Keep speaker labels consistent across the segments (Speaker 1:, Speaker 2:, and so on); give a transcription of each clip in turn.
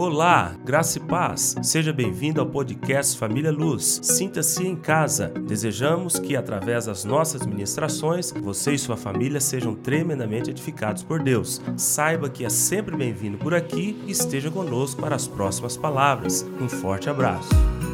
Speaker 1: Olá, graça e paz. Seja bem-vindo ao podcast Família Luz. Sinta-se em casa. Desejamos que, através das nossas ministrações, você e sua família sejam tremendamente edificados por Deus. Saiba que é sempre bem-vindo por aqui e esteja conosco para as próximas palavras. Um forte abraço.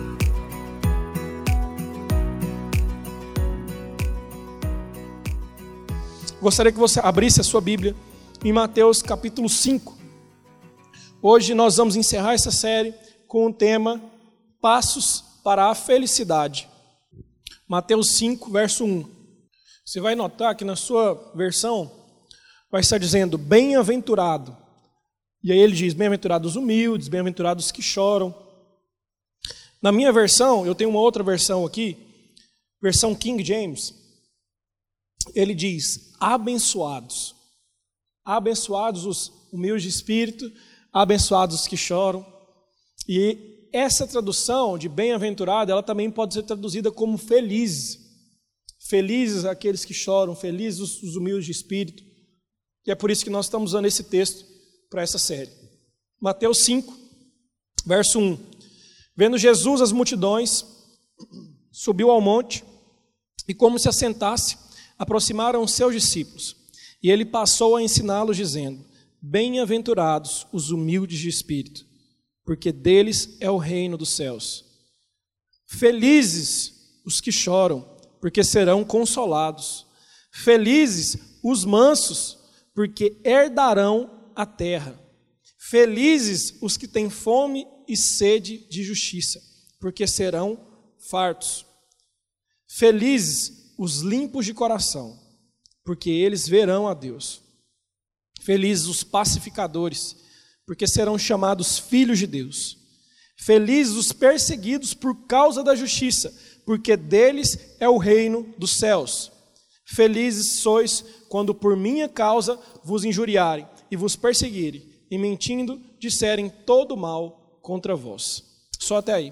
Speaker 2: Gostaria que você abrisse a sua Bíblia em Mateus capítulo 5. Hoje nós vamos encerrar essa série com o tema Passos para a Felicidade. Mateus 5, verso 1. Você vai notar que na sua versão vai estar dizendo bem-aventurado. E aí ele diz bem-aventurados os humildes, bem-aventurados os que choram. Na minha versão, eu tenho uma outra versão aqui, versão King James. Ele diz abençoados. Abençoados os humildes de espírito, abençoados os que choram. E essa tradução de bem-aventurado, ela também pode ser traduzida como felizes. Felizes aqueles que choram, felizes os humildes de espírito. E é por isso que nós estamos usando esse texto para essa série. Mateus 5, verso 1. Vendo Jesus as multidões, subiu ao monte e, como se assentasse, aproximaram os seus discípulos. E ele passou a ensiná-los, dizendo: bem-aventurados os humildes de espírito, porque deles é o reino dos céus. Felizes os que choram, porque serão consolados. Felizes os mansos, porque herdarão a terra. Felizes os que têm fome e sede de justiça, porque serão fartos. Felizes os limpos de coração, porque eles verão a Deus. Felizes os pacificadores, porque serão chamados filhos de Deus. Felizes os perseguidos por causa da justiça, porque deles é o reino dos céus. Felizes sois quando por minha causa vos injuriarem e vos perseguirem, e mentindo disserem todo mal contra vós. Só até aí.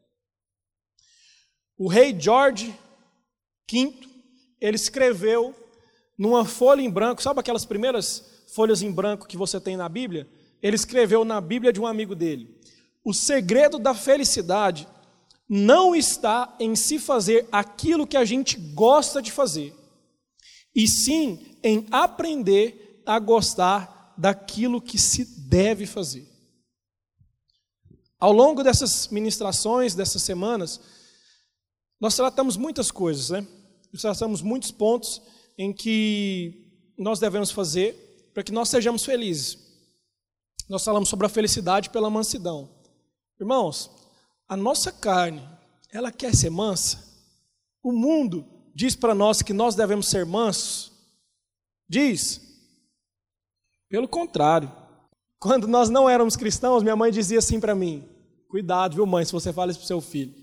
Speaker 2: O rei George V, ele escreveu numa folha em branco, sabe aquelas primeiras folhas em branco que você tem na Bíblia? Ele escreveu na Bíblia de um amigo dele: o segredo da felicidade não está em se fazer aquilo que a gente gosta de fazer, e sim em aprender a gostar daquilo que se deve fazer. Ao longo dessas ministrações, dessas semanas, nós tratamos muitas coisas, né? Nós tratamos muitos pontos em que nós devemos fazer para que nós sejamos felizes. Nós falamos sobre a felicidade pela mansidão. Irmãos, a nossa carne, ela quer ser mansa? O mundo diz para nós que nós devemos ser mansos? Diz. Pelo contrário. Quando nós não éramos cristãos, minha mãe dizia assim para mim: cuidado, viu, mãe, se você fala isso para o seu filho.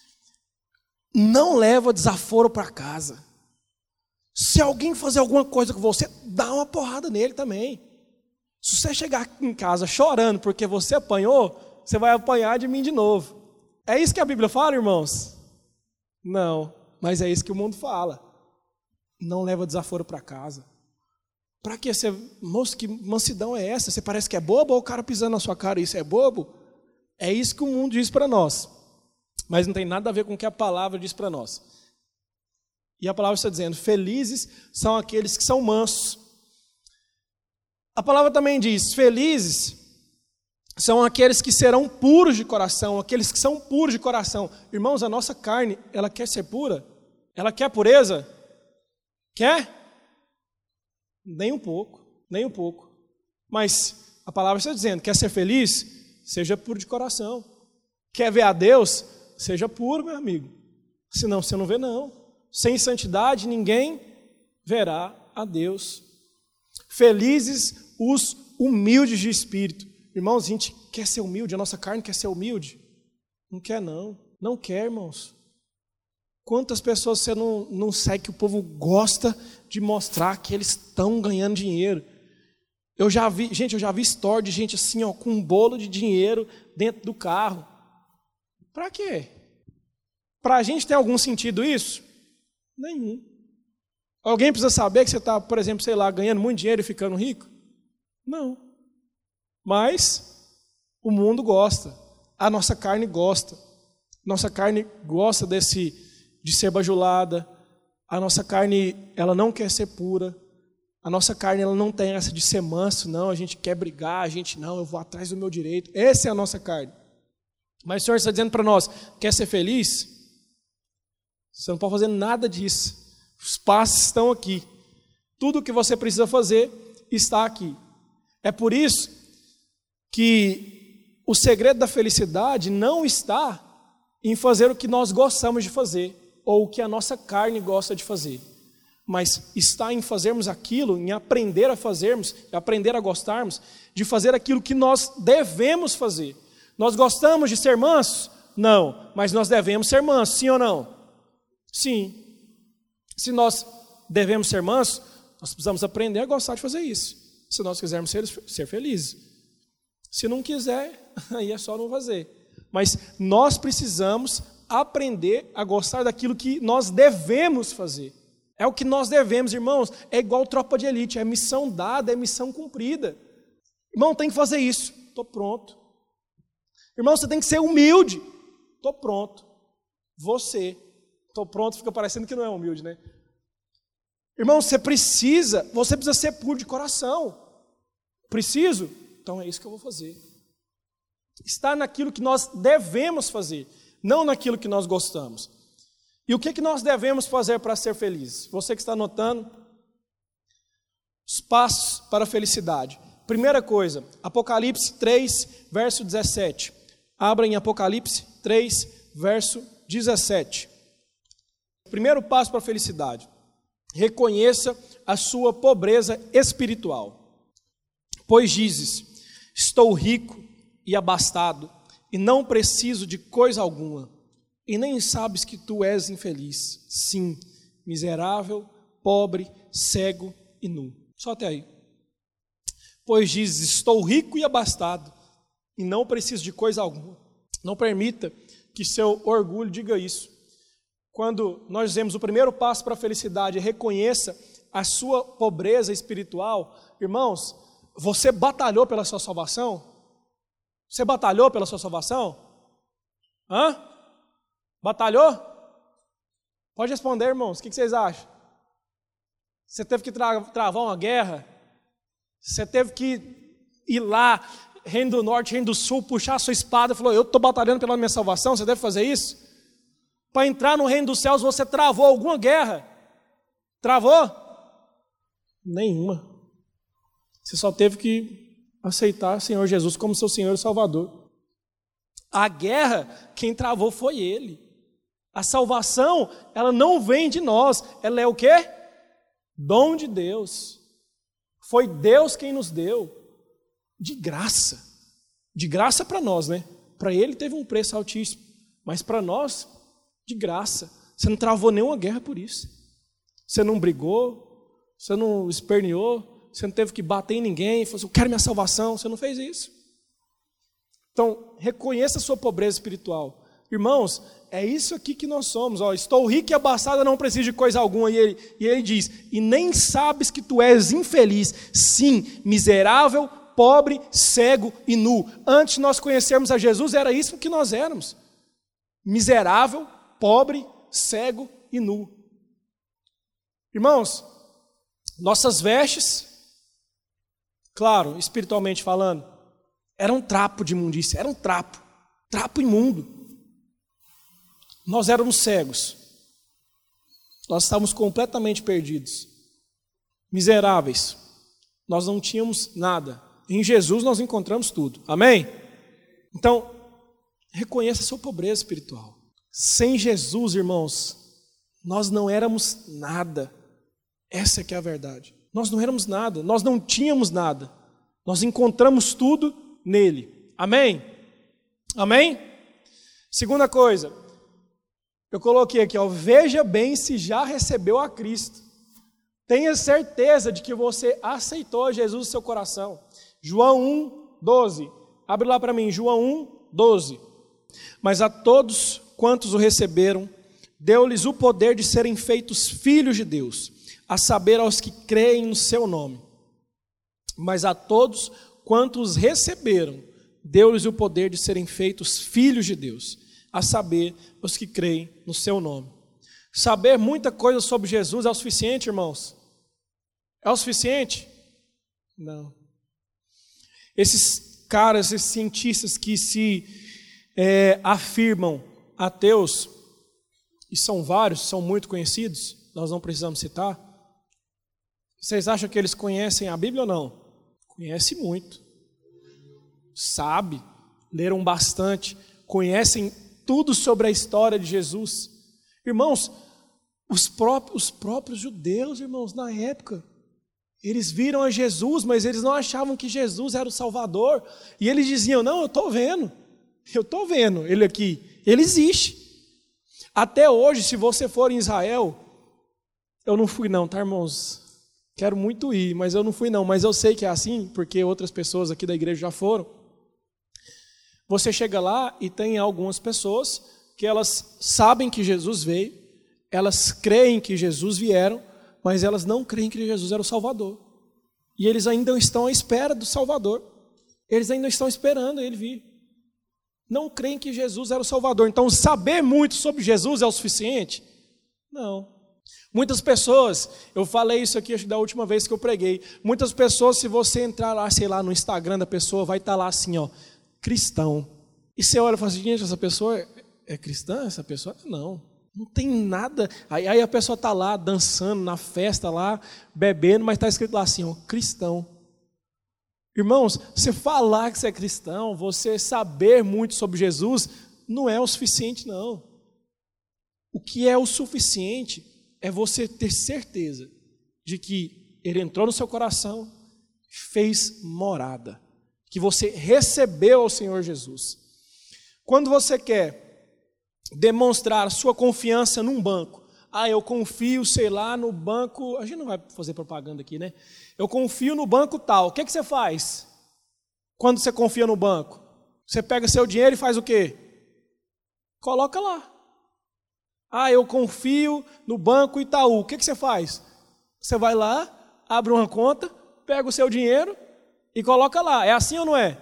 Speaker 2: Não leva desaforo para casa. Se alguém fazer alguma coisa com você, dá uma porrada nele também. Se você chegar em casa chorando porque você apanhou, você vai apanhar de mim de novo. É isso que a Bíblia fala, irmãos? Não, mas é isso que o mundo fala. Não leva desaforo para casa. Para que você, moço, que mansidão é essa? Você parece que é bobo ou o cara pisando na sua cara, isso é bobo? É isso que o mundo diz para nós. Mas não tem nada a ver com o que a palavra diz para nós. E a palavra está dizendo: felizes são aqueles que são mansos. A palavra também diz: felizes são aqueles que serão puros de coração, aqueles que são puros de coração. Irmãos, a nossa carne, ela quer ser pura? Ela quer pureza? Quer? Nem um pouco, nem um pouco. Mas a palavra está dizendo: quer ser feliz? Seja puro de coração. Quer ver a Deus? Seja puro, meu amigo. Senão você não vê, não. Sem santidade ninguém verá a Deus. Felizes os humildes de espírito. Irmãos, a gente quer ser humilde, a nossa carne quer ser humilde? Não quer não, não quer, irmãos. Quantas pessoas você não segue que o povo gosta de mostrar que eles estão ganhando dinheiro? Eu já vi story de gente assim, ó, com um bolo de dinheiro dentro do carro. Para quê? Para a gente tem algum sentido isso? Nenhum. Alguém precisa saber que você está, por exemplo, sei lá, ganhando muito dinheiro e ficando rico? Não. Mas O mundo gosta, a nossa carne gosta. Nossa carne gosta de ser bajulada. A nossa carne, ela não quer ser pura. A nossa carne, ela não tem essa de ser manso, não. A gente quer brigar, eu vou atrás do meu direito. Essa é a nossa carne. Mas o Senhor está dizendo para nós, quer ser feliz? Você não pode fazer nada disso. Os passos estão aqui. Tudo o que você precisa fazer está aqui. É por isso que o segredo da felicidade não está em fazer o que nós gostamos de fazer, ou o que a nossa carne gosta de fazer, mas está em fazermos aquilo, em aprender a fazermos, aprender a gostarmos, de fazer aquilo que nós devemos fazer. Nós gostamos de ser mansos? Não, mas nós devemos ser mansos, sim ou não? Sim. Se nós devemos ser mansos, nós precisamos aprender a gostar de fazer isso, se nós quisermos ser felizes. Se não quiser, aí é só não fazer. Mas nós precisamos aprender a gostar daquilo que nós devemos fazer. É o que nós devemos, irmãos. É igual tropa de elite, é missão dada, é missão cumprida. Irmão, tem que fazer isso. Estou pronto. Irmão, você tem que ser humilde. Estou pronto. Estou pronto, fica parecendo que não é humilde, né? Irmão, você precisa ser puro de coração. Preciso? Então é isso que eu vou fazer. Está naquilo que nós devemos fazer, não naquilo que nós gostamos. E o que nós devemos fazer para ser felizes? Você que está anotando, os passos para a felicidade. Primeira coisa, Apocalipse 3, verso 17. Abra em Apocalipse 3, verso 17. Primeiro passo para a felicidade. Reconheça a sua pobreza espiritual. Pois dizes, estou rico e abastado, e não preciso de coisa alguma, e nem sabes que tu és infeliz, sim, miserável, pobre, cego e nu. Só até aí. Pois dizes, estou rico e abastado, e não preciso de coisa alguma. Não permita que seu orgulho diga isso. Quando nós dizemos o primeiro passo para a felicidade, reconheça a sua pobreza espiritual, irmãos, você batalhou pela sua salvação? Você batalhou pela sua salvação? Batalhou? Pode responder, irmãos, o que vocês acham? Você teve que travar uma guerra? Você teve que ir lá, Reino do Norte, Reino do Sul, puxar a sua espada e falou, eu estou batalhando pela minha salvação, você deve fazer isso? Para entrar no Reino dos Céus, você travou alguma guerra? Travou? Nenhuma. Você só teve que aceitar o Senhor Jesus como seu Senhor e Salvador. A guerra, quem travou foi Ele. A salvação, ela não vem de nós, ela é o quê? Dom de Deus. Foi Deus quem nos deu, de graça. De graça para nós, né? Para Ele teve um preço altíssimo, mas para nós, de graça. Você não travou nenhuma guerra por isso. Você não brigou, você não esperneou, você não teve que bater em ninguém e falou assim, eu quero minha salvação. Você não fez isso. Então, reconheça a sua pobreza espiritual. Irmãos, é isso aqui que nós somos. Estou rico e abastado, não preciso de coisa alguma. E ele diz, e nem sabes que tu és infeliz. Sim, miserável, pobre, cego e nu. Antes de nós conhecermos a Jesus, era isso que nós éramos. Miserável, pobre, cego e nu. Irmãos, nossas vestes, claro, espiritualmente falando, era um trapo de imundícia, era um trapo imundo. Nós éramos cegos, nós estávamos completamente perdidos, miseráveis, nós não tínhamos nada. Em Jesus nós encontramos tudo, amém? Então, reconheça a sua pobreza espiritual. Sem Jesus, irmãos, nós não éramos nada. Essa é que é a verdade. Nós não éramos nada, nós não tínhamos nada. Nós encontramos tudo nele. Amém? Amém? Segunda coisa, eu coloquei aqui, veja bem se já recebeu a Cristo. Tenha certeza de que você aceitou Jesus no seu coração. João 1, 12. Abre lá para mim, João 1, 12. Mas a todos quantos o receberam, deu-lhes o poder de serem feitos filhos de Deus, a saber, aos que creem no seu nome. Mas a todos quantos receberam, deu-lhes o poder de serem feitos filhos de Deus, a saber, os que creem no seu nome. Saber muita coisa sobre Jesus é o suficiente, irmãos? É o suficiente? Não. Esses caras, esses cientistas que se afirmam ateus, e são vários, são muito conhecidos, nós não precisamos citar. Vocês acham que eles conhecem a Bíblia ou não? Conhecem muito. Sabe, leram bastante, conhecem tudo sobre a história de Jesus. Irmãos, os próprios judeus, irmãos, na época, eles viram a Jesus, mas eles não achavam que Jesus era o Salvador. E eles diziam, não, eu estou vendo ele aqui, ele existe. Até hoje, se você for em Israel, eu não fui não, tá, irmãos? Quero muito ir, mas eu não fui não, mas eu sei que é assim, porque outras pessoas aqui da igreja já foram. Você chega lá e tem algumas pessoas que elas sabem que Jesus veio, elas creem que Jesus vieram, mas elas não creem que Jesus era o Salvador. E eles ainda estão à espera do Salvador. Eles ainda estão esperando ele vir. Não creem que Jesus era o Salvador. Então, saber muito sobre Jesus é o suficiente? Não. Muitas pessoas, eu falei isso aqui acho que da última vez que eu preguei, muitas pessoas, se você entrar lá, sei lá, no Instagram da pessoa, vai estar lá assim, ó, cristão. E você olha e fala assim, gente, essa pessoa é cristã? Essa pessoa? Não tem nada. Aí a pessoa está lá dançando na festa lá, bebendo, mas está escrito lá assim, ó, cristão. Irmãos, você falar que você é cristão, você saber muito sobre Jesus, não é o suficiente, não. O que é o suficiente é você ter certeza de que ele entrou no seu coração, fez morada, que você recebeu ao Senhor Jesus. Quando você quer demonstrar sua confiança num banco, eu confio, sei lá, no banco, a gente não vai fazer propaganda aqui, né? Eu confio no banco tal. O que você faz quando você confia no banco? Você pega seu dinheiro e faz o quê? Coloca lá. Eu confio no banco Itaú. O que você faz? Você vai lá, abre uma conta, pega o seu dinheiro e coloca lá. É assim ou não é?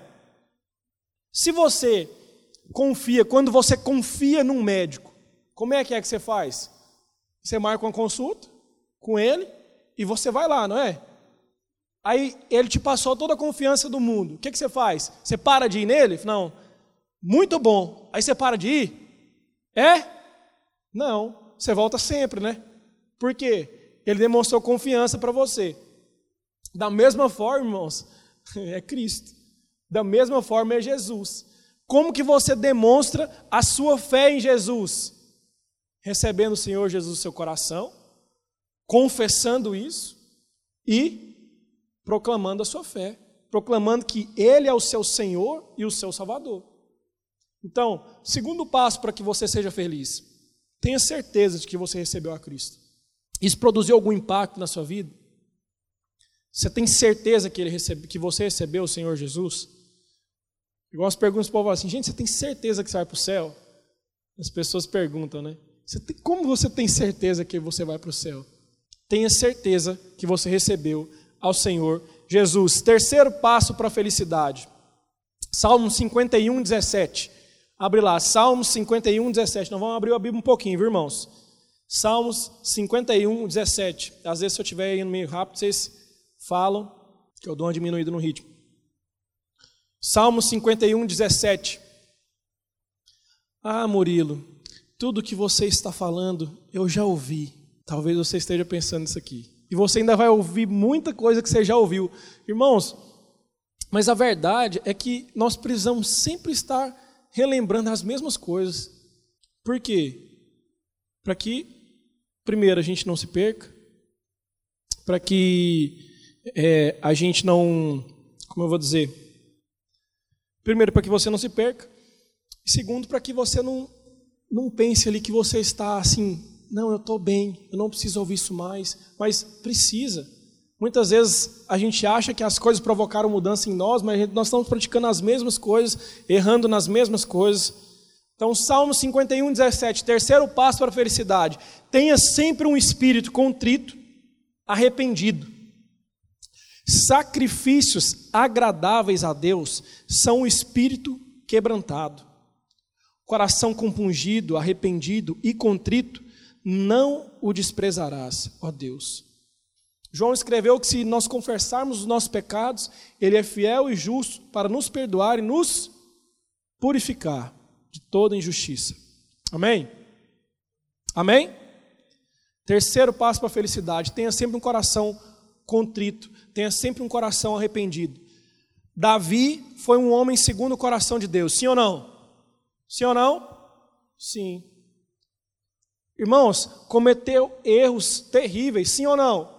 Speaker 2: Se você confia, quando você confia num médico, como é que você faz? Você marca uma consulta com ele e você vai lá, não é? Aí ele te passou toda a confiança do mundo. O que você faz? Você para de ir nele? Não. Muito bom. Aí você para de ir? Não. Você volta sempre, né? Por quê? Ele demonstrou confiança para você. Da mesma forma, irmãos, é Cristo. Da mesma forma é Jesus. Como que você demonstra a sua fé em Jesus? Recebendo o Senhor Jesus no seu coração, confessando isso e proclamando a sua fé, proclamando que Ele é o seu Senhor e o seu Salvador. Então, segundo passo para que você seja feliz, tenha certeza de que você recebeu a Cristo. Isso produziu algum impacto na sua vida? Você tem certeza que você recebeu o Senhor Jesus? Igual as perguntas do povo assim, gente, você tem certeza que você vai para o céu? As pessoas perguntam, né? Como você tem certeza que você vai para o céu? Tenha certeza que você recebeu ao Senhor Jesus. Terceiro passo para a felicidade. Salmo 51, 17. Abre lá, Salmos 51, 17. Nós vamos abrir a Bíblia um pouquinho, viu, irmãos? Salmos 51, 17. Às vezes, se eu estiver indo meio rápido, vocês falam, que eu dou uma diminuída no ritmo. Salmos 51, 17. Murilo, tudo que você está falando, eu já ouvi. Talvez você esteja pensando nisso aqui. E você ainda vai ouvir muita coisa que você já ouviu. Irmãos, mas a verdade é que nós precisamos sempre estar relembrando as mesmas coisas. Por quê? Para que, primeiro, a gente não se perca. Para que a gente não... Como eu vou dizer? Primeiro, para que você não se perca. E segundo, para que você não pense ali que você está assim... Não, eu estou bem, eu não preciso ouvir isso mais. Mas precisa. Muitas vezes a gente acha que as coisas provocaram mudança em nós, mas nós estamos praticando as mesmas coisas, errando nas mesmas coisas. Então, Salmo 51, 17, terceiro passo para a felicidade. Tenha sempre um espírito contrito, arrependido. Sacrifícios agradáveis a Deus são o espírito quebrantado. Coração compungido, arrependido e contrito, não o desprezarás, ó Deus. João escreveu que se nós confessarmos os nossos pecados, Ele é fiel e justo para nos perdoar e nos purificar de toda injustiça. Amém? Amém? Terceiro passo para a felicidade: tenha sempre um coração contrito, tenha sempre um coração arrependido. Davi foi um homem segundo o coração de Deus, sim ou não? Sim ou não? Sim. Irmãos, cometeu erros terríveis, sim ou não?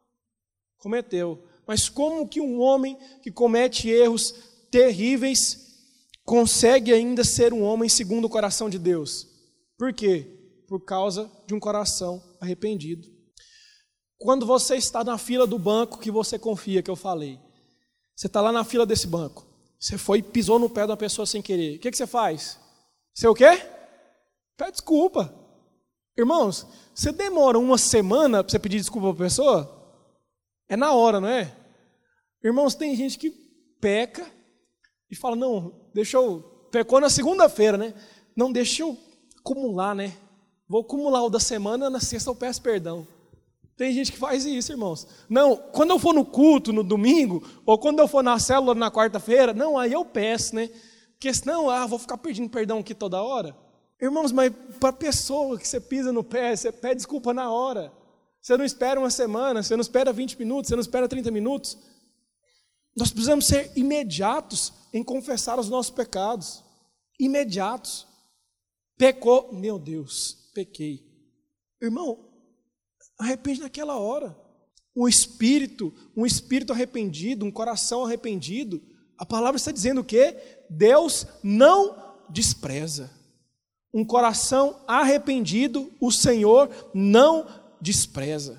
Speaker 2: Cometeu. Mas como que um homem que comete erros terríveis consegue ainda ser um homem segundo o coração de Deus? Por quê? Por causa de um coração arrependido. Quando você está na fila do banco que você confia, que eu falei, você está lá na fila desse banco, você foi e pisou no pé de uma pessoa sem querer, o que você faz? Você o quê? Pede desculpa. Irmãos, você demora uma semana para você pedir desculpa para a pessoa? É na hora, não é? Irmãos, tem gente que peca e fala, não, pecou na segunda-feira, né? Não, deixa eu acumular, né? Vou acumular o da semana, na sexta eu peço perdão. Tem gente que faz isso, irmãos. Não, quando eu for no culto, no domingo, ou quando eu for na célula na quarta-feira, não, aí eu peço, né? Porque senão, vou ficar pedindo perdão aqui toda hora. Irmãos, mas para a pessoa que você pisa no pé, você pede desculpa na hora. Você não espera uma semana, você não espera 20 minutos, você não espera 30 minutos. Nós precisamos ser imediatos em confessar os nossos pecados. Imediatos. Pecou, meu Deus, pequei. Irmão, arrepende naquela hora. Um espírito arrependido, um coração arrependido, a palavra está dizendo o quê? Deus não despreza. Um coração arrependido, o Senhor não despreza.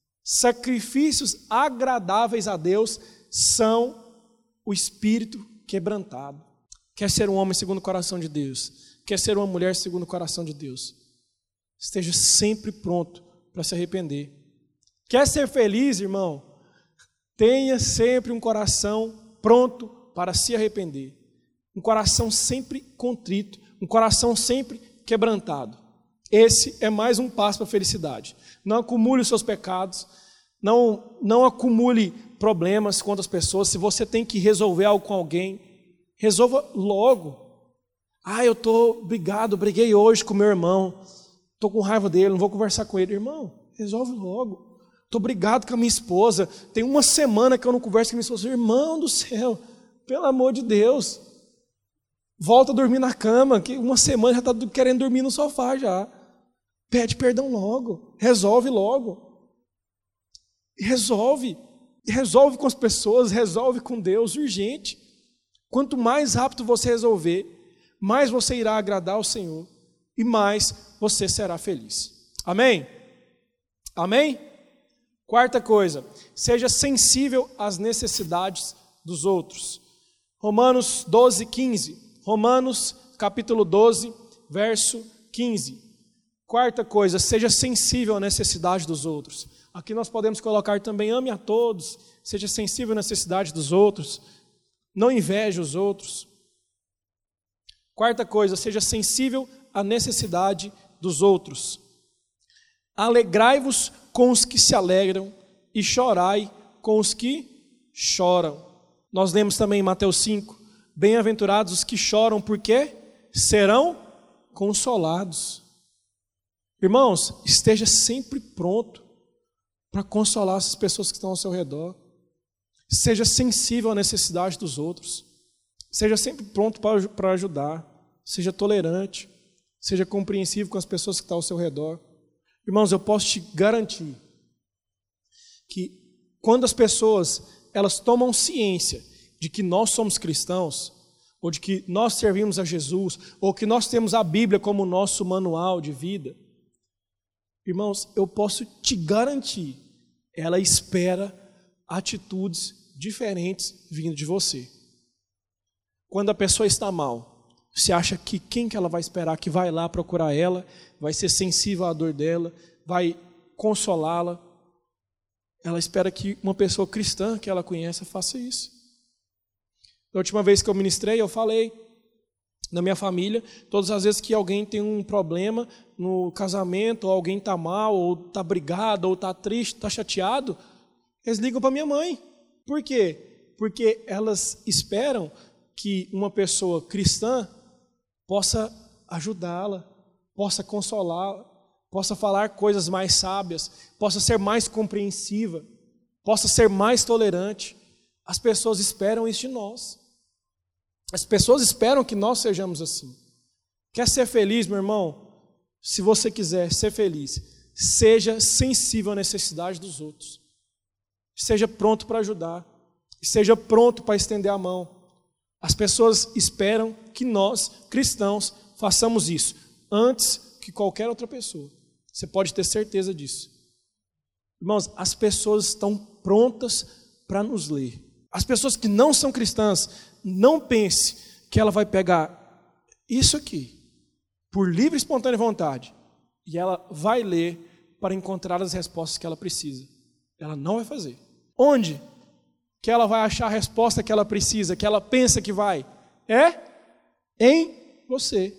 Speaker 2: Sacrifícios agradáveis a Deus são o espírito quebrantado. Quer ser um homem segundo o coração de Deus? Quer ser uma mulher segundo o coração de Deus? Esteja sempre pronto para se arrepender. Quer ser feliz, irmão? Tenha sempre um coração pronto para se arrepender. Um coração sempre contrito, um coração sempre quebrantado. Esse é mais um passo para a felicidade. Não acumule os seus pecados, não acumule problemas com outras pessoas. Se você tem que resolver algo com alguém, resolva logo. Eu briguei hoje com meu irmão, estou com raiva dele, não vou conversar com ele. Irmão, resolve logo. Estou brigado com a minha esposa, tem uma semana que eu não converso com a minha esposa. Irmão do céu, pelo amor de Deus, volta a dormir na cama, que uma semana já está querendo dormir no sofá já. Pede perdão logo, resolve logo. Resolve com as pessoas, resolve com Deus, urgente. Quanto mais rápido você resolver, mais você irá agradar ao Senhor e mais você será feliz. Amém? Amém? Quarta coisa, seja sensível às necessidades dos outros. Romanos 12, 15. Romanos capítulo 12, verso 15. Quarta coisa, seja sensível à necessidade dos outros. Aqui nós podemos colocar também, ame a todos, seja sensível à necessidade dos outros, não inveje os outros. Quarta coisa, seja sensível à necessidade dos outros. Alegrai-vos com os que se alegram e chorai com os que choram. Nós lemos também em Mateus 5, bem-aventurados os que choram, porque serão consolados. Irmãos, esteja sempre pronto para consolar essas pessoas que estão ao seu redor. Seja sensível à necessidade dos outros. Seja sempre pronto para ajudar. Seja tolerante. Seja compreensivo com as pessoas que estão ao seu redor. Irmãos, eu posso te garantir que quando as pessoas elas tomam ciência de que nós somos cristãos, ou de que nós servimos a Jesus, ou que nós temos a Bíblia como nosso manual de vida, irmãos, eu posso te garantir, ela espera atitudes diferentes vindo de você. Quando a pessoa está mal, você acha que quem que ela vai esperar que vai lá procurar ela, vai ser sensível à dor dela, vai consolá-la? ela espera que uma pessoa cristã que ela conheça faça isso. Da última vez que eu ministrei, eu falei na minha família, todas as vezes que alguém tem um problema no casamento, ou alguém está mal, ou está brigado, ou está triste, está chateado, eles ligam para minha mãe. Por quê? Porque elas esperam que uma pessoa cristã possa ajudá-la, possa consolá-la, possa falar coisas mais sábias, possa ser mais compreensiva, possa ser mais tolerante. As pessoas esperam isso de nós. As pessoas esperam que nós sejamos assim. Quer ser feliz, meu irmão? Se você quiser ser feliz, seja sensível à necessidade dos outros. Seja pronto para ajudar. Seja pronto para estender a mão. As pessoas esperam que nós, cristãos, façamos isso antes que qualquer outra pessoa. Você pode ter certeza disso. Irmãos, as pessoas estão prontas para nos ler. As pessoas que não são cristãs, não pense que ela vai pegar isso aqui, por livre e espontânea vontade, e ela vai ler para encontrar as respostas que ela precisa. Ela não vai fazer. Onde que ela vai achar a resposta que ela precisa, que ela pensa que vai? É em você.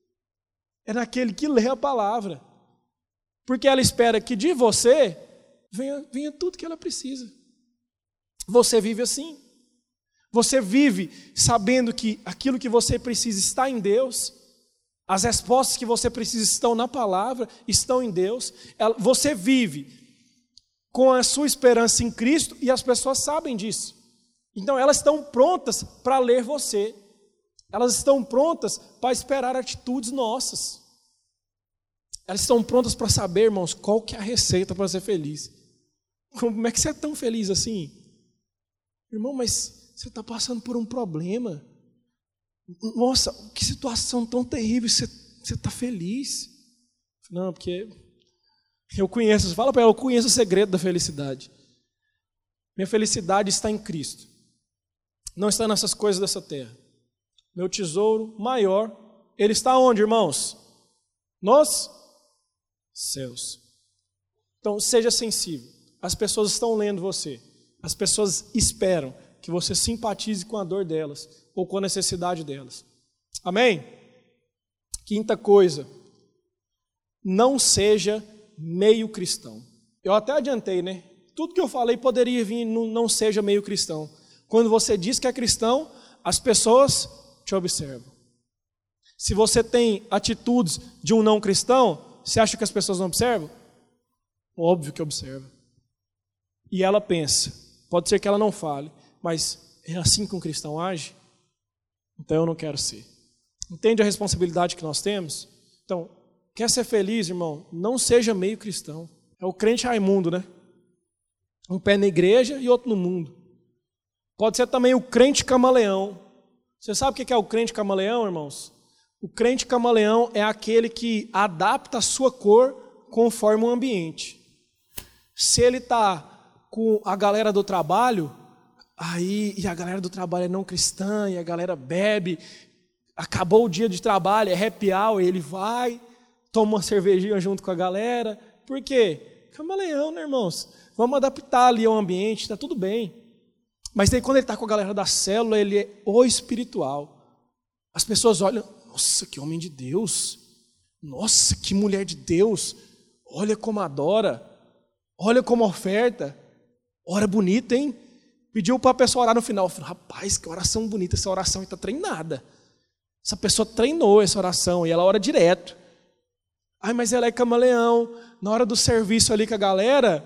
Speaker 2: É naquele que lê a palavra. Porque ela espera que de você venha tudo que ela precisa. Você vive assim. Você vive sabendo que aquilo que você precisa está em Deus. As respostas que você precisa estão na palavra, estão em Deus. Você vive com a sua esperança em Cristo e as pessoas sabem disso. Então elas estão prontas para ler você. Elas estão prontas para esperar atitudes nossas. Elas estão prontas para saber, irmãos, qual que é a receita para ser feliz. Como é que você é tão feliz assim? Irmão, mas você está passando por um problema. Nossa, que situação tão terrível, você está feliz. Não, porque eu conheço, fala para ela, eu conheço o segredo da felicidade. Minha felicidade está em Cristo. Não está nessas coisas dessa terra. Meu tesouro maior, ele está onde, irmãos? Nos céus. Então, seja sensível. As pessoas estão lendo você. As pessoas esperam que você simpatize com a dor delas ou com a necessidade delas. Amém? Quinta coisa. Não seja meio cristão. Eu até adiantei, né? Tudo que eu falei poderia vir no não seja meio cristão. Quando você diz que é cristão, as pessoas te observam. Se você tem atitudes de um não cristão, você acha que as pessoas não observam? Óbvio que observa. E ela pensa, pode ser que ela não fale, mas é assim que um cristão age? Então eu não quero ser. Entende a responsabilidade que nós temos? Então, quer ser feliz, irmão? Não seja meio cristão. É o crente Raimundo, né? Um pé na igreja e outro no mundo. Pode ser também o crente camaleão. Você sabe o que é o crente camaleão, irmãos? O crente camaleão é aquele que adapta a sua cor conforme o ambiente. Se ele está com a galera do trabalho, e a galera do trabalho é não cristã, e a galera bebe, acabou o dia de trabalho, é happy hour, ele vai, toma uma cervejinha junto com a galera. Por quê? Camaleão, né, irmãos? Vamos adaptar ali ao ambiente, está tudo bem. Mas daí quando ele está com a galera da célula, ele é o espiritual. As pessoas olham, nossa, que homem de Deus. Nossa, que mulher de Deus. Olha como adora. Olha como oferta. Ora bonita, hein? Pediu para a pessoa orar no final. Eu falei, rapaz, que oração bonita. Essa oração está treinada. Essa pessoa treinou essa oração e ela ora direto. Ai, mas ela é camaleão. Na hora do serviço ali com a galera,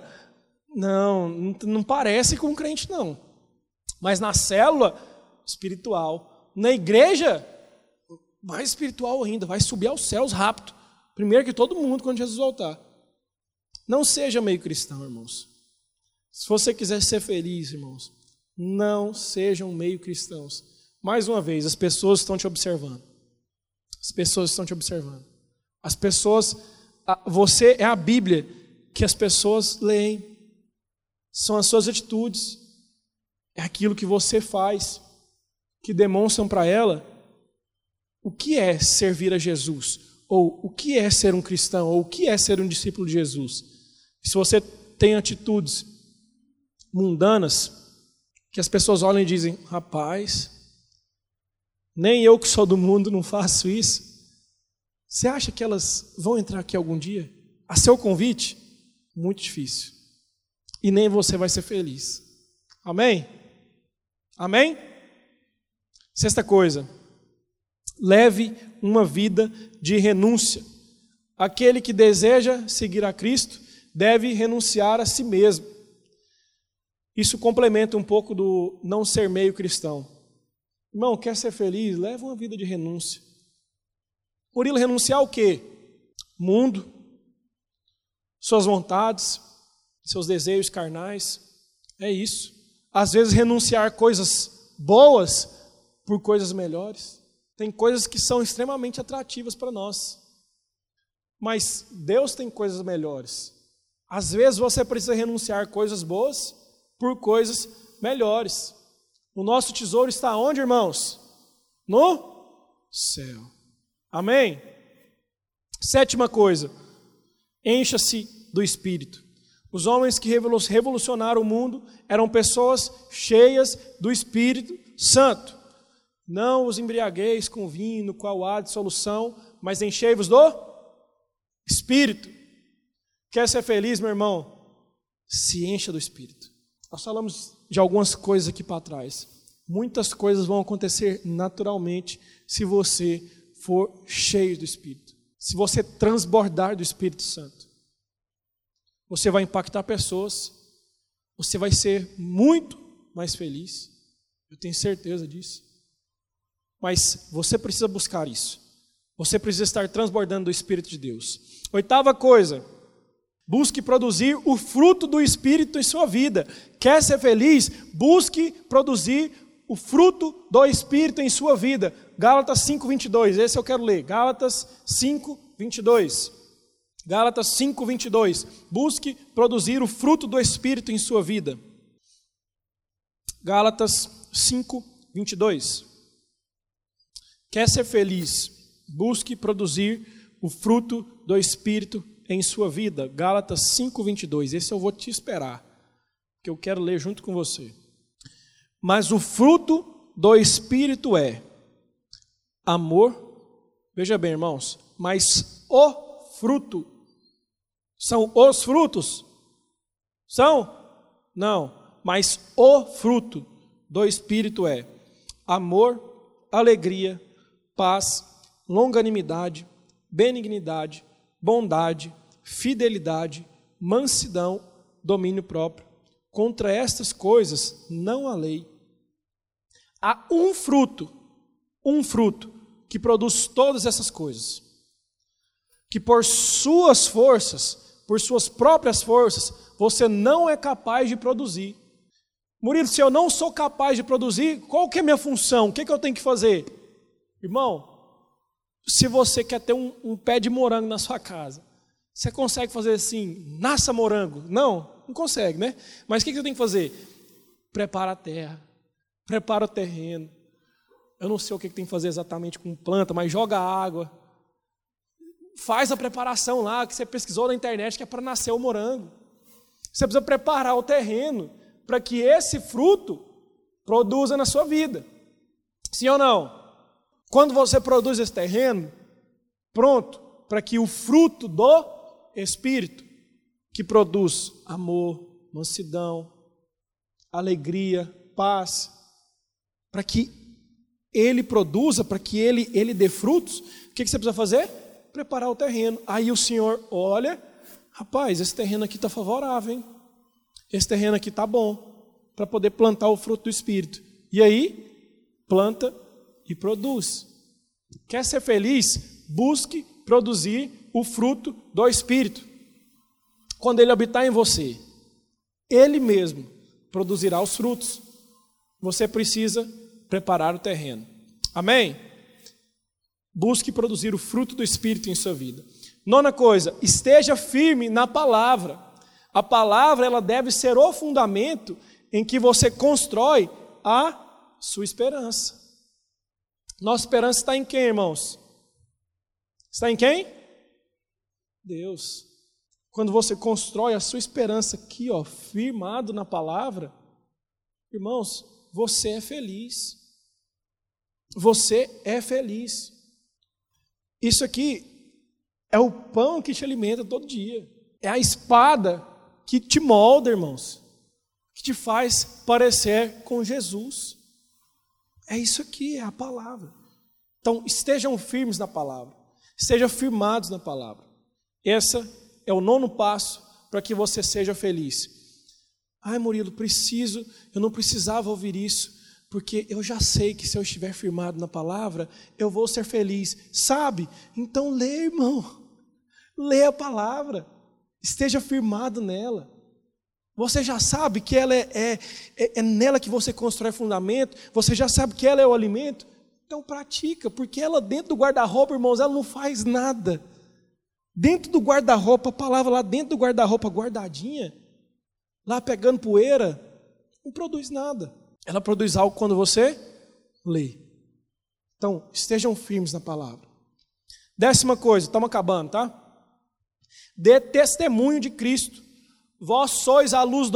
Speaker 2: não parece com um crente, não. Mas na célula, espiritual. Na igreja, mais espiritual ainda. Vai subir aos céus rápido. Primeiro que todo mundo quando Jesus voltar. Não seja meio cristão, irmãos. Se você quiser ser feliz, irmãos, não sejam meio cristãos. Mais uma vez, as pessoas estão te observando. As pessoas estão te observando. As pessoas, você é a Bíblia que as pessoas leem. São as suas atitudes. É aquilo que você faz que demonstram para ela o que é servir a Jesus, ou o que é ser um cristão, ou o que é ser um discípulo de Jesus. Se você tem atitudes mundanas, que as pessoas olham e dizem, rapaz, nem eu que sou do mundo não faço isso. Você acha que elas vão entrar aqui algum dia? A seu convite? Muito difícil. E nem você vai ser feliz. Amém? Amém? Sexta coisa, leve uma vida de renúncia. Aquele que deseja seguir a Cristo deve renunciar a si mesmo. Isso complementa um pouco do não ser meio cristão. Irmão, quer ser feliz? Leva uma vida de renúncia. Murilo, renunciar ao quê? Mundo, suas vontades, seus desejos carnais. É isso. Às vezes renunciar coisas boas por coisas melhores. Tem coisas que são extremamente atrativas para nós. Mas Deus tem coisas melhores. Às vezes você precisa renunciar coisas boas por coisas melhores. O nosso tesouro está onde, irmãos? No céu. Amém? Sétima coisa, encha-se do Espírito. Os homens que revolucionaram o mundo eram pessoas cheias do Espírito Santo. Não os embriagueis com vinho, no qual há dissolução, mas enchei-vos do Espírito. Quer ser feliz, meu irmão? Se encha do Espírito. Nós falamos de algumas coisas aqui para trás. Muitas coisas vão acontecer naturalmente se você for cheio do Espírito. Se você transbordar do Espírito Santo. Você vai impactar pessoas. Você vai ser muito mais feliz. Eu tenho certeza disso. Mas você precisa buscar isso. Você precisa estar transbordando do Espírito de Deus. Oitava coisa. Busque produzir o fruto do Espírito em sua vida. Quer ser feliz? Busque produzir o fruto do Espírito em sua vida. Gálatas 5:22, esse eu quero ler. Gálatas 5:22. Gálatas 5:22. Busque produzir o fruto do Espírito em sua vida. Gálatas 5:22. Quer ser feliz? Busque produzir o fruto do Espírito em sua vida. Gálatas 5:22. Esse eu vou te esperar, que eu quero ler junto com você. Mas o fruto do Espírito é amor. Veja bem, irmãos, mas o fruto são os frutos? São? Não, mas o fruto do Espírito é amor, alegria, paz, longanimidade, benignidade, bondade, fidelidade, mansidão, domínio próprio. Contra estas coisas não há lei. Há um fruto que produz todas essas coisas, que por suas forças, por suas próprias forças, você não é capaz de produzir. Murilo, se eu não sou capaz de produzir, qual que é a minha função? O que eu tenho que fazer? Irmão, se você quer ter um pé de morango na sua casa, você consegue fazer assim, nasça morango? Não consegue, né? Mas o que você tem que fazer? Prepara a terra, prepara o terreno. Eu não sei o que tem que fazer exatamente com planta, mas joga água. Faz a preparação lá, que você pesquisou na internet, que é para nascer o morango. Você precisa preparar o terreno para que esse fruto produza na sua vida. Sim ou não? Quando você produz esse terreno, pronto, para que o fruto do Espírito, que produz amor, mansidão, alegria, paz, para que ele produza, para que ele dê frutos, o que você precisa fazer? Preparar o terreno. Aí o Senhor olha, rapaz, esse terreno aqui está favorável, hein? Esse terreno aqui está bom, para poder plantar o fruto do Espírito. E aí, planta e produz. Quer ser feliz? Busque produzir o fruto do Espírito. Quando ele habitar em você, ele mesmo produzirá os frutos. Você precisa preparar o terreno. Amém? Busque produzir o fruto do Espírito em sua vida. Nona coisa, esteja firme na palavra. A palavra, ela deve ser o fundamento em que você constrói a sua esperança. Nossa esperança está em quem, irmãos? Está em quem? Deus. quando você constrói a sua esperança aqui, ó, firmado na palavra, irmãos, você é feliz. Você é feliz. Isso aqui é o pão que te alimenta todo dia. É a espada que te molda, irmãos, que te faz parecer com Jesus. É isso aqui, é a palavra. Então, estejam firmes na palavra. Estejam firmados na palavra. Esse é o 9º passo para que você seja feliz. Ai, Murilo, eu não precisava ouvir isso, porque eu já sei que se eu estiver firmado na palavra, eu vou ser feliz. Sabe? Então lê, irmão. Lê a palavra. Esteja firmado nela. Você já sabe que ela é nela que você constrói fundamento. Você já sabe que ela é o alimento. Então pratica, porque ela dentro do guarda-roupa, irmãos, ela não faz nada. Dentro do guarda-roupa, a palavra lá dentro do guarda-roupa guardadinha, lá pegando poeira, não produz nada. Ela produz algo quando você lê. Então, estejam firmes na palavra. 10ª coisa, estamos acabando, tá? Dê testemunho de Cristo. Vós sois a luz do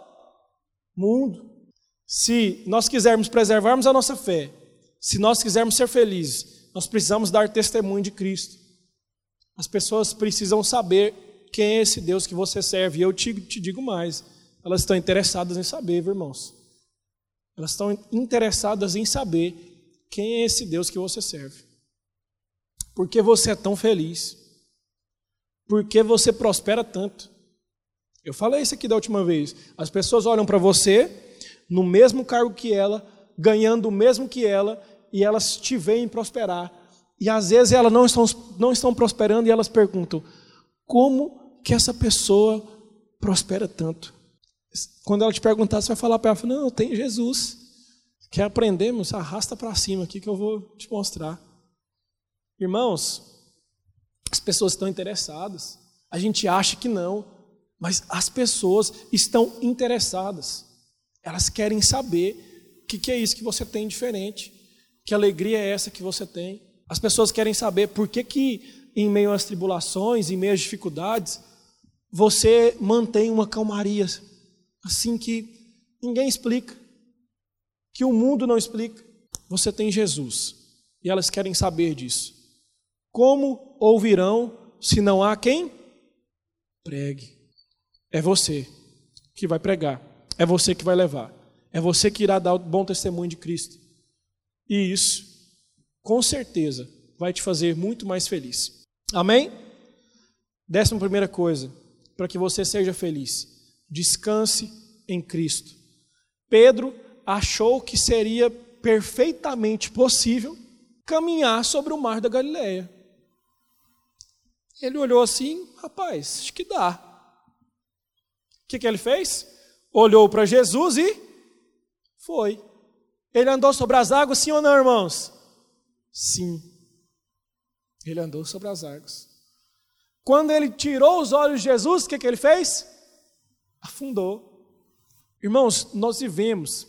Speaker 2: mundo. Se nós quisermos preservarmos a nossa fé, se nós quisermos ser felizes, nós precisamos dar testemunho de Cristo. As pessoas precisam saber quem é esse Deus que você serve. E eu te digo mais, elas estão interessadas em saber, viu, irmãos? Elas estão interessadas em saber quem é esse Deus que você serve. Por que você é tão feliz? Por que você prospera tanto? Eu falei isso aqui da última vez. As pessoas olham para você, no mesmo cargo que ela, ganhando o mesmo que ela, e elas te veem prosperar. E às vezes elas não estão prosperando e elas perguntam, como que essa pessoa prospera tanto? Quando ela te perguntar, você vai falar para ela, não, eu tenho Jesus. Quer aprender? Arrasta para cima aqui que eu vou te mostrar. Irmãos, as pessoas estão interessadas. A gente acha que não, mas as pessoas estão interessadas. Elas querem saber o que é isso que você tem diferente. Que alegria é essa que você tem? As pessoas querem saber por que em meio às tribulações, em meio às dificuldades, você mantém uma calmaria assim que ninguém explica, que o mundo não explica. Você tem Jesus e elas querem saber disso. Como ouvirão se não há quem pregue? É você que vai pregar, é você que vai levar, é você que irá dar o bom testemunho de Cristo. E isso, com certeza, vai te fazer muito mais feliz. Amém? 11ª coisa, para que você seja feliz, descanse em Cristo. Pedro achou que seria perfeitamente possível caminhar sobre o mar da Galileia. Ele olhou assim, rapaz, acho que dá. O que ele fez? Olhou para Jesus e foi. Ele andou sobre as águas, sim ou não, irmãos? Sim. Ele andou sobre as águas. Quando ele tirou os olhos de Jesus, o que ele fez? Afundou. Irmãos, nós vivemos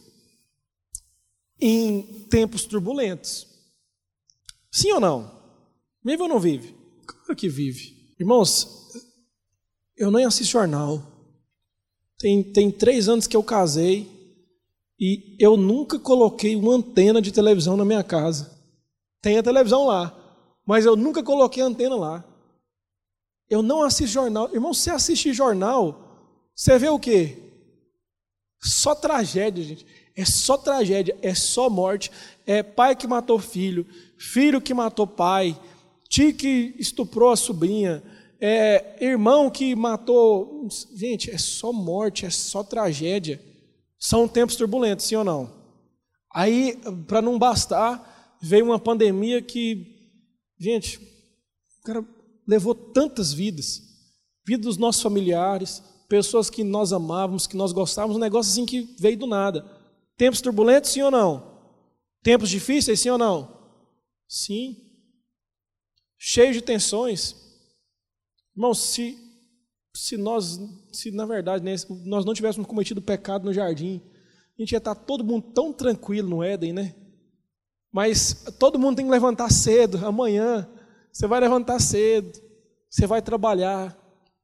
Speaker 2: em tempos turbulentos. Sim ou não? Vive ou não vive? Claro que vive. Irmãos, eu nem assisto jornal. Tem 3 anos que eu casei e eu nunca coloquei uma antena de televisão na minha casa. Tem a televisão lá, mas eu nunca coloquei a antena lá. Eu não assisto jornal. Irmão, você assiste jornal, você vê o quê? Só tragédia, gente. É só tragédia, é só morte. É pai que matou filho, filho que matou pai, tio que estuprou a sobrinha, irmão que matou. Gente, é só morte, é só tragédia. São tempos turbulentos, sim ou não? Aí, para não bastar, veio uma pandemia que, gente, o cara levou tantas vidas, vida dos nossos familiares, pessoas que nós amávamos, que nós gostávamos, um negócio assim que veio do nada. Tempos turbulentos, sim ou não? Tempos difíceis, sim ou não? Sim. Cheios de tensões. Irmãos, se na verdade nós não tivéssemos cometido pecado no jardim, a gente ia estar todo mundo tão tranquilo no Éden, né? Mas todo mundo tem que levantar cedo, amanhã você vai levantar cedo, você vai trabalhar,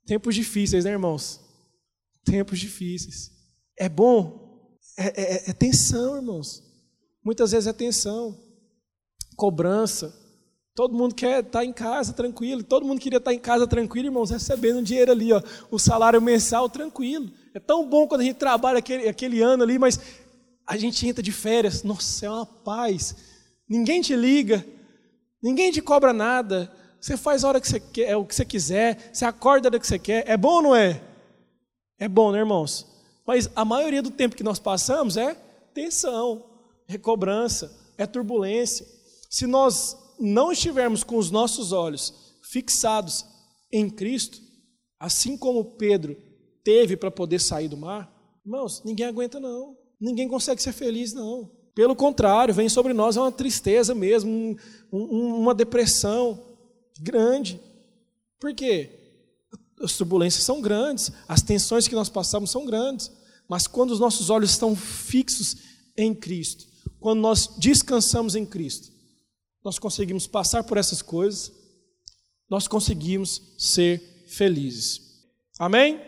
Speaker 2: Tempos difíceis, né, irmãos? Tempos difíceis. É bom? É tensão, irmãos. Muitas vezes é tensão, cobrança. Todo mundo quer estar em casa tranquilo. Todo mundo queria estar em casa tranquilo, irmãos, recebendo dinheiro ali, ó, o salário mensal tranquilo. É tão bom quando a gente trabalha aquele ano ali, mas a gente entra de férias. Nossa, é uma paz. Ninguém te liga, ninguém te cobra nada. Você faz a hora que você quer, o que você quiser, você acorda a hora que você quer. É bom ou não é? É bom, né, irmãos? Mas a maioria do tempo que nós passamos é tensão, é cobrança, é turbulência. Se nós não estivermos com os nossos olhos fixados em Cristo, assim como Pedro teve para poder sair do mar, irmãos, ninguém aguenta não. Ninguém consegue ser feliz não. Pelo contrário, vem sobre nós uma tristeza mesmo, uma depressão grande. Por quê? As turbulências são grandes, as tensões que nós passamos são grandes, mas quando os nossos olhos estão fixos em Cristo, quando nós descansamos em Cristo, nós conseguimos passar por essas coisas, nós conseguimos ser felizes. Amém?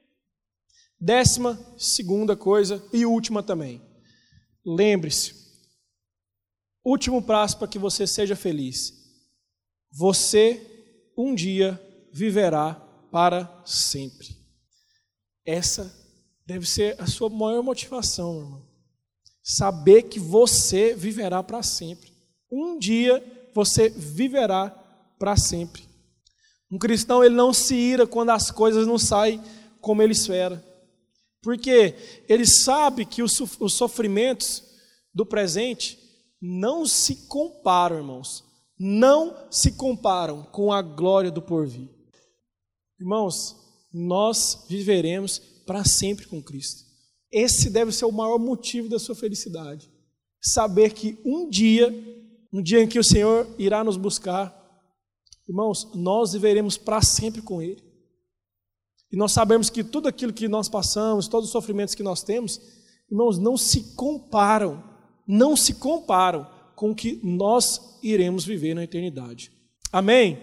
Speaker 2: 12ª coisa e última também. Lembre-se, último passo para que você seja feliz. Você um dia viverá para sempre. Essa deve ser a sua maior motivação, irmão. Saber que você viverá para sempre. Um dia você viverá para sempre. Um cristão, ele não se ira quando as coisas não saem como ele espera. Porque ele sabe que os sofrimentos do presente não se comparam, irmãos. Não se comparam com a glória do porvir. Irmãos, nós viveremos para sempre com Cristo. Esse deve ser o maior motivo da sua felicidade. Saber que um dia em que o Senhor irá nos buscar, irmãos, nós viveremos para sempre com Ele. E nós sabemos que tudo aquilo que nós passamos, todos os sofrimentos que nós temos, irmãos, não se comparam com o que nós iremos viver na eternidade. Amém?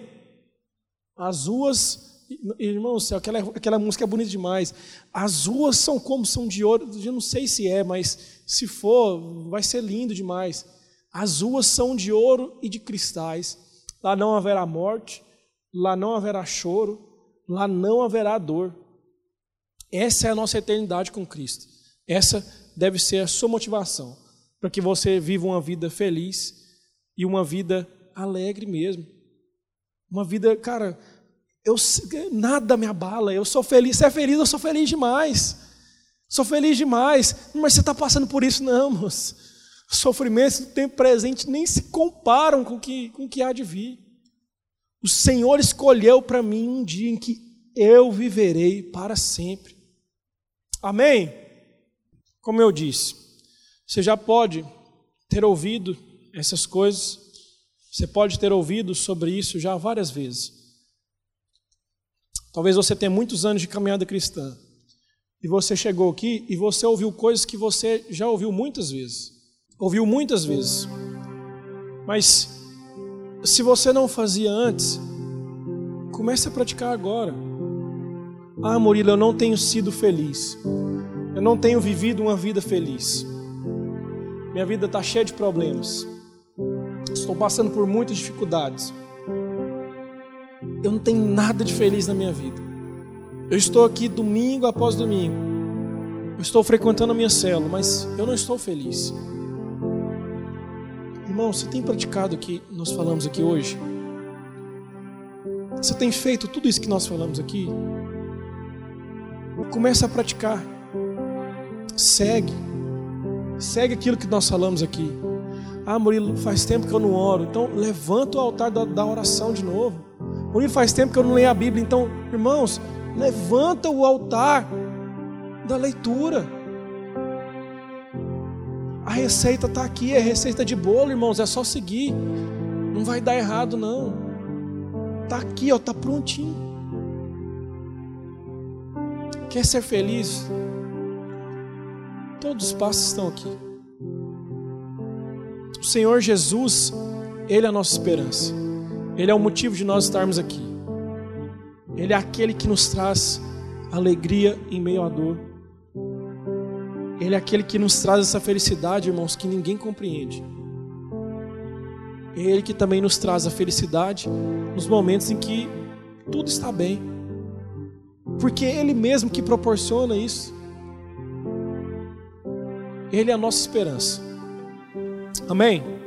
Speaker 2: As ruas, irmãos, aquela música é bonita demais. As ruas são como são de ouro, eu não sei se é, mas se for, vai ser lindo demais. As ruas são de ouro e de cristais. Lá não haverá morte, lá não haverá choro, lá não haverá dor. Essa é a nossa eternidade com Cristo. Essa deve ser a sua motivação, para que você viva uma vida feliz e uma vida alegre mesmo. Uma vida, cara, nada me abala, eu sou feliz. Você é feliz, eu sou feliz demais. Sou feliz demais. Mas você está passando por isso? Não, moço. Os sofrimentos do tempo presente nem se comparam com o que há de vir. O Senhor escolheu para mim um dia em que eu viverei para sempre. Amém? Como eu disse, você já pode ter ouvido essas coisas, você pode ter ouvido sobre isso já várias vezes. Talvez você tenha muitos anos de caminhada cristã, e você chegou aqui e você ouviu coisas que você já ouviu muitas vezes. Ouviu muitas vezes. Mas se você não fazia antes, comece a praticar agora. Ah, Murilo, eu não tenho sido feliz. Eu não tenho vivido uma vida feliz. Minha vida está cheia de problemas. Estou passando por muitas dificuldades. Eu não tenho nada de feliz na minha vida. Eu estou aqui domingo após domingo. Eu estou frequentando a minha célula, mas eu não estou feliz. Irmão, você tem praticado o que nós falamos aqui hoje? Você tem feito tudo isso que nós falamos aqui? Começa a praticar. Segue aquilo que nós falamos aqui. Ah, Murilo, faz tempo que eu não oro. Então levanta o altar da oração de novo. Murilo, faz tempo que eu não leio a Bíblia. Então, irmãos, levanta o altar da leitura. A receita está aqui, é receita de bolo, irmãos, é só seguir. Não vai dar errado, não. Está aqui, está prontinho. Quer ser feliz? Todos os passos estão aqui. O Senhor Jesus, Ele é a nossa esperança. Ele é o motivo de nós estarmos aqui. Ele é aquele que nos traz alegria em meio à dor. Ele é aquele que nos traz essa felicidade, irmãos, que ninguém compreende. É Ele que também nos traz a felicidade nos momentos em que tudo está bem. Porque é Ele mesmo que proporciona isso. Ele é a nossa esperança. Amém?